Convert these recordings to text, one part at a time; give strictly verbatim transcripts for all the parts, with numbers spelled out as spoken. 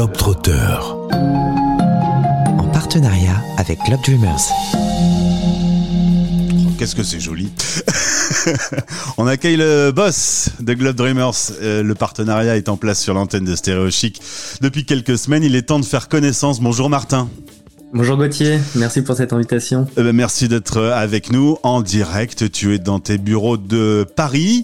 Globetrotter. En partenariat avec Globe Dreamers. Qu'est-ce que c'est joli. On accueille le boss de Globe Dreamers. Euh, le partenariat est en place sur l'antenne de Stéréo Chic depuis quelques semaines. Il est temps de faire connaissance. Bonjour Martin. Bonjour Gauthier, merci pour cette invitation. Euh, ben merci d'être avec nous en direct. Tu es dans tes bureaux de Paris.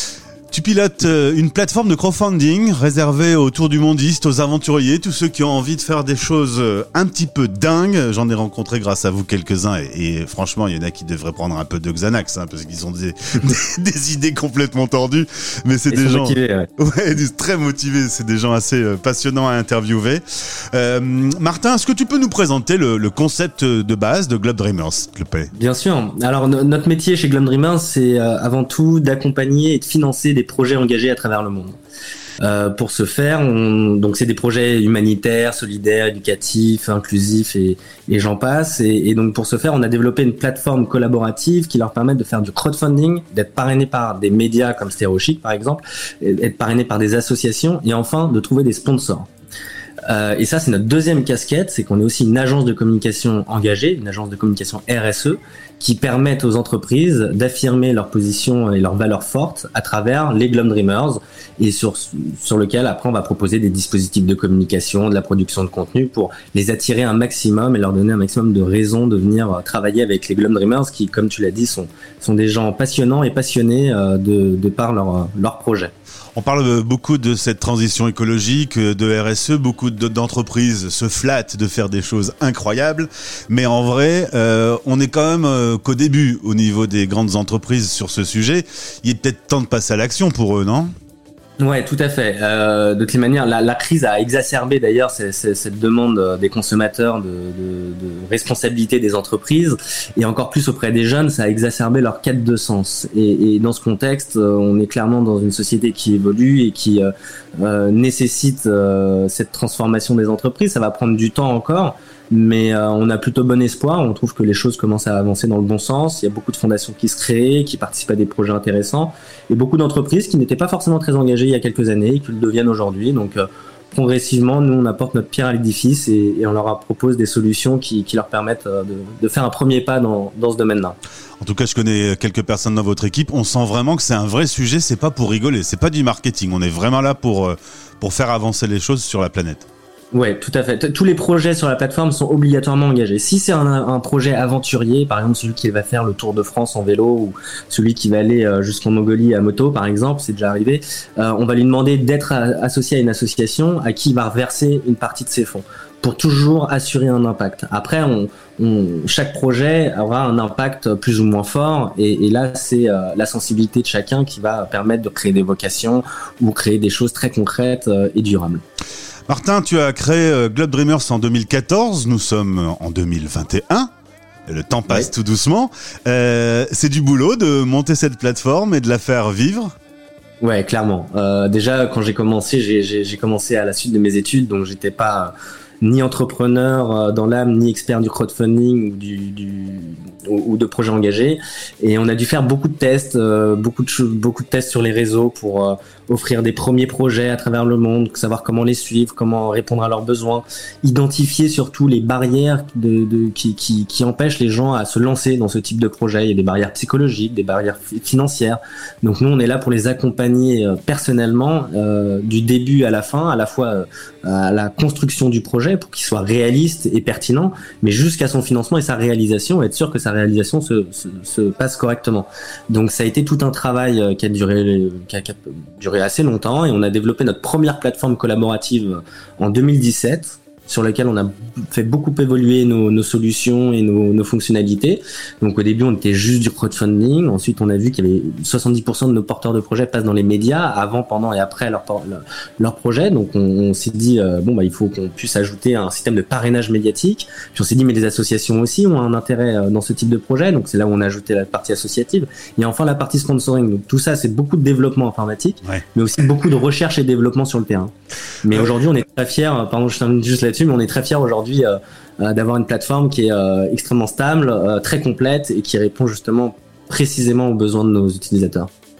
Tu pilotes une plateforme de crowdfunding réservée aux tour du mondistes, aux aventuriers, tous ceux qui ont envie de faire des choses un petit peu dingues. J'en ai rencontré grâce à vous quelques-uns et, et franchement, il y en a qui devraient prendre un peu de Xanax, hein, parce qu'ils ont des, des, des idées complètement tordues. Mais c'est Ils des sont gens motivés, ouais. Ouais, très motivés. C'est des gens assez passionnants à interviewer. Euh, Martin, est-ce que tu peux nous présenter le, le concept de base de Globe Dreamers, s'il te plaît ? Bien sûr. Alors no- notre métier chez Globe Dreamers, c'est euh, avant tout d'accompagner et de financer des projets engagés à travers le monde. Euh, pour ce faire, on, donc c'est des projets humanitaires, solidaires, éducatifs, inclusifs et, et j'en passe. Et, et donc pour ce faire, on a développé une plateforme collaborative qui leur permet de faire du crowdfunding, d'être parrainé par des médias comme Stéréo Chic par exemple, d'être parrainé par des associations et enfin de trouver des sponsors. Euh, et ça, c'est notre deuxième casquette, c'est qu'on est aussi une agence de communication engagée, une agence de communication R S E, qui permettent aux entreprises d'affirmer leur position et leurs valeurs fortes à travers les Globe Dreamers, et sur sur lequel après on va proposer des dispositifs de communication, de la production de contenu pour les attirer un maximum et leur donner un maximum de raisons de venir travailler avec les Globe Dreamers, qui, comme tu l'as dit, sont sont des gens passionnants et passionnés de de par leur leur projet. On parle beaucoup de cette transition écologique, de R S E, beaucoup d'entreprises se flattent de faire des choses incroyables, mais en vrai, euh, on est quand même euh, qu'au début au niveau des grandes entreprises sur ce sujet. Il est peut-être temps de passer à l'action pour eux, non ? Ouais, tout à fait. Euh, de toutes les manières, la, la crise a exacerbé d'ailleurs cette, cette demande des consommateurs de, de, de responsabilité des entreprises, et encore plus auprès des jeunes, ça a exacerbé leur quête de sens. Et, et dans ce contexte, on est clairement dans une société qui évolue et qui euh, euh, nécessite euh, cette transformation des entreprises. Ça va prendre du temps encore, mais euh, on a plutôt bon espoir. On trouve que les choses commencent à avancer dans le bon sens. Il y a beaucoup de fondations qui se créent, qui participent à des projets intéressants, et beaucoup d'entreprises qui n'étaient pas forcément très engagées il y a quelques années et qui le deviennent aujourd'hui. Donc euh, progressivement, nous on apporte notre pierre à l'édifice et, et on leur propose des solutions qui, qui leur permettent de, de faire un premier pas dans, dans ce domaine-là. En tout cas, je connais quelques personnes dans votre équipe. On sent vraiment que c'est un vrai sujet. C'est pas pour rigoler, c'est pas du marketing. On est vraiment là pour pour faire avancer les choses sur la planète. Ouais, tout à fait. Tous les projets sur la plateforme sont obligatoirement engagés. Si c'est un, un projet aventurier, par exemple celui qui va faire le Tour de France en vélo ou celui qui va aller jusqu'en Mongolie à moto, par exemple, c'est déjà arrivé, euh, on va lui demander d'être associé à une association à qui il va reverser une partie de ses fonds pour toujours assurer un impact. Après, on, on, chaque projet aura un impact plus ou moins fort, et, et là, c'est euh, la sensibilité de chacun qui va permettre de créer des vocations ou créer des choses très concrètes euh, et durables. Martin, tu as créé Globe Dreamers en deux mille quatorze, nous sommes en deux mille vingt et un, le temps passe oui. tout doucement. Euh, c'est du boulot de monter cette plateforme et de la faire vivre ? Ouais, clairement. Euh, déjà, quand j'ai commencé, j'ai, j'ai, j'ai commencé à la suite de mes études, donc j'étais pas ni entrepreneur dans l'âme, ni expert du crowdfunding ou, du, du, ou, ou de projets engagés. Et on a dû faire beaucoup de tests, euh, beaucoup de choses, beaucoup de tests sur les réseaux pour euh, offrir des premiers projets à travers le monde, savoir comment les suivre, comment répondre à leurs besoins, identifier surtout les barrières de, de, qui, qui, qui empêchent les gens à se lancer dans ce type de projet. Il y a des barrières psychologiques, des barrières financières. Donc nous, on est là pour les accompagner euh, personnellement euh, du début à la fin, à la fois euh, à la construction du projet pour qu'il soit réaliste et pertinent, mais jusqu'à son financement et sa réalisation, être sûr que sa réalisation se, se, se passe correctement. Donc ça a été tout un travail qui a duré, qui a, qui a duré assez longtemps, et on a développé notre première plateforme collaborative en deux mille dix-sept, sur lequel on a fait beaucoup évoluer nos, nos solutions et nos, nos fonctionnalités. Donc au début, on était juste du crowdfunding. Ensuite, on a vu qu'il y avait soixante-dix pour cent de nos porteurs de projets passent dans les médias, avant, pendant et après leur, leur, leur projet. Donc on, on s'est dit, euh, bon, bah, il faut qu'on puisse ajouter un système de parrainage médiatique. Puis on s'est dit, mais les associations aussi ont un intérêt dans ce type de projet. Donc c'est là où on a ajouté la partie associative. Et enfin, la partie sponsoring. Donc tout ça, c'est beaucoup de développement informatique, ouais. mais aussi beaucoup de recherche et développement sur le terrain. Mais ouais. aujourd'hui, on est très fiers, pardon, je termine juste là-dessus, mais on est très fiers aujourd'hui euh, euh, d'avoir une plateforme qui est euh, extrêmement stable, euh, très complète et qui répond justement précisément aux besoins de nos utilisateurs.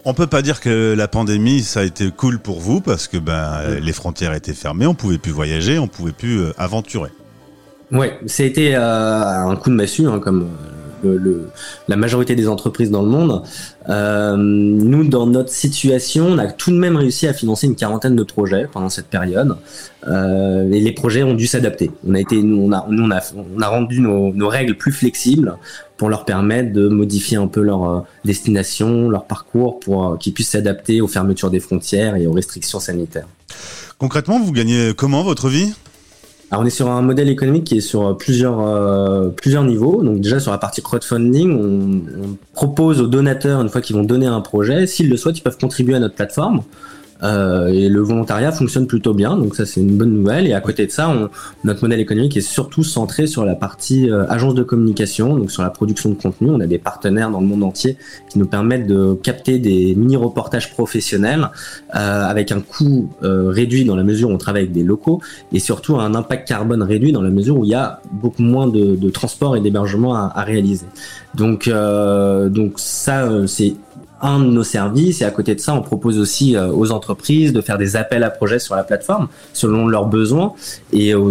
On peut pas dire que la pandémie, ça a été cool pour vous parce que ben, mmh. les frontières étaient fermées, on pouvait plus voyager, on pouvait plus euh, aventurer. Ouais, ça a été euh, un coup de massue, hein, comme le, le, la majorité des entreprises dans le monde. Euh, nous, dans notre situation, on a tout de même réussi à financer une quarantaine de projets pendant cette période. Euh, et les projets ont dû s'adapter. On a été, nous, on a, nous, on a, on a rendu nos, nos règles plus flexibles pour leur permettre de modifier un peu leur euh, destination, leur parcours, pour euh, qu'ils puissent s'adapter aux fermetures des frontières et aux restrictions sanitaires. Concrètement, vous gagnez comment votre vie ? Alors on est sur un modèle économique qui est sur plusieurs euh, plusieurs niveaux. Donc déjà sur la partie crowdfunding, on, on propose aux donateurs, une fois qu'ils vont donner un projet, s'ils le souhaitent, ils peuvent contribuer à notre plateforme. Euh, et le volontariat fonctionne plutôt bien, donc ça c'est une bonne nouvelle. Et à côté de ça, on, notre modèle économique est surtout centré sur la partie euh, agence de communication, donc sur la production de contenu. On a des partenaires dans le monde entier qui nous permettent de capter des mini-reportages professionnels euh, avec un coût euh, réduit dans la mesure où on travaille avec des locaux et surtout un impact carbone réduit dans la mesure où il y a beaucoup moins de, de transport et d'hébergement à, à réaliser. Donc, euh, donc ça euh, c'est un de nos services, et à côté de ça, on propose aussi euh, aux entreprises de faire des appels à projets sur la plateforme selon leurs besoins et, et,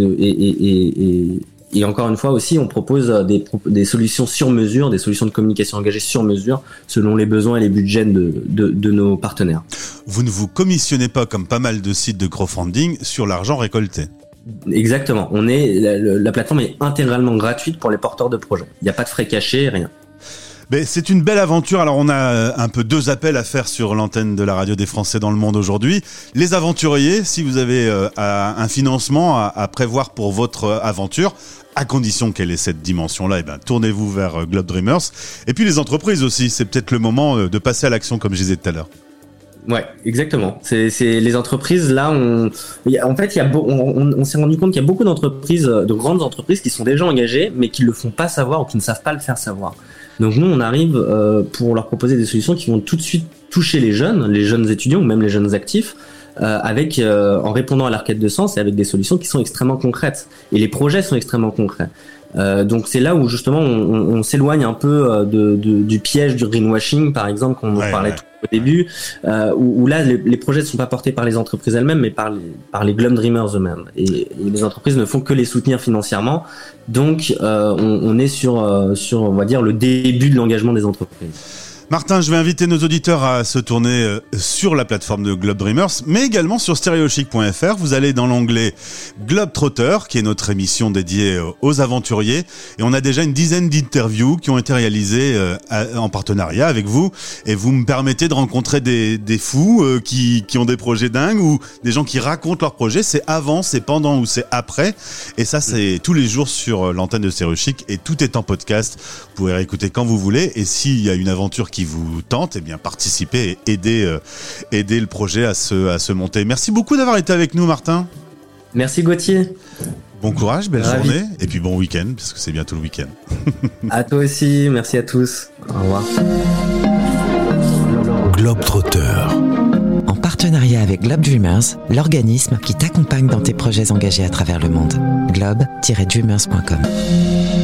et, et, et encore une fois aussi, on propose des, des solutions sur mesure, des solutions de communication engagée sur mesure selon les besoins et les budgets de, de, de nos partenaires. Vous ne vous commissionnez pas comme pas mal de sites de crowdfunding sur l'argent récolté. Exactement. On est, la, la plateforme est intégralement gratuite pour les porteurs de projets. Il n'y a pas de frais cachés, rien. Mais c'est une belle aventure. Alors on a un peu deux appels à faire sur l'antenne de la radio des Français dans le monde aujourd'hui. Les aventuriers, si vous avez euh, un financement à, à prévoir pour votre aventure, à condition qu'elle ait cette dimension-là, eh ben, tournez-vous vers Globe Dreamers. Et puis les entreprises aussi, c'est peut-être le moment de passer à l'action comme je disais tout à l'heure. Ouais, exactement. C'est, c'est les entreprises là. On, en fait, il y a, on, on s'est rendu compte qu'il y a beaucoup d'entreprises, de grandes entreprises, qui sont déjà engagées, mais qui le font pas savoir ou qui ne savent pas le faire savoir. Donc nous, on arrive euh, pour leur proposer des solutions qui vont tout de suite toucher les jeunes, les jeunes étudiants ou même les jeunes actifs, euh, avec euh, en répondant à leur quête de sens et avec des solutions qui sont extrêmement concrètes. Et les projets sont extrêmement concrets. Euh, donc c'est là où justement on, on, on s'éloigne un peu de, de, du piège du greenwashing, par exemple, qu'on ouais, parlait ouais. tout au début, euh, où, où là les, les projets ne sont pas portés par les entreprises elles-mêmes, mais par les, par les Globe Dreamers eux-mêmes. Et, et les entreprises ne font que les soutenir financièrement. Donc euh, on, on est sur, euh, sur, on va dire, le début de l'engagement des entreprises. Martin, je vais inviter nos auditeurs à se tourner sur la plateforme de Globe Dreamers, mais également sur stereochic point f r. Vous allez dans l'onglet Globetrotter, qui est notre émission dédiée aux aventuriers. Et on a déjà une dizaine d'interviews qui ont été réalisées en partenariat avec vous. Et vous me permettez de rencontrer des, des fous qui, qui ont des projets dingues ou des gens qui racontent leurs projets. C'est avant, c'est pendant ou c'est après. Et ça, c'est tous les jours sur l'antenne de Stereochic. Et tout est en podcast. Vous pouvez réécouter quand vous voulez. Et s'il y a une aventure qui vous tente, eh bien participez et aider, euh, aider le projet à se, à se monter. Merci beaucoup d'avoir été avec nous, Martin. Merci Gauthier. Bon courage, belle Ravi. journée et puis bon week-end parce que c'est bientôt le week-end. À toi aussi, merci à tous. Au revoir. Globetrotter. En partenariat avec Globe Dreamers, l'organisme qui t'accompagne dans tes projets engagés à travers le monde. globe tiret dreamers point com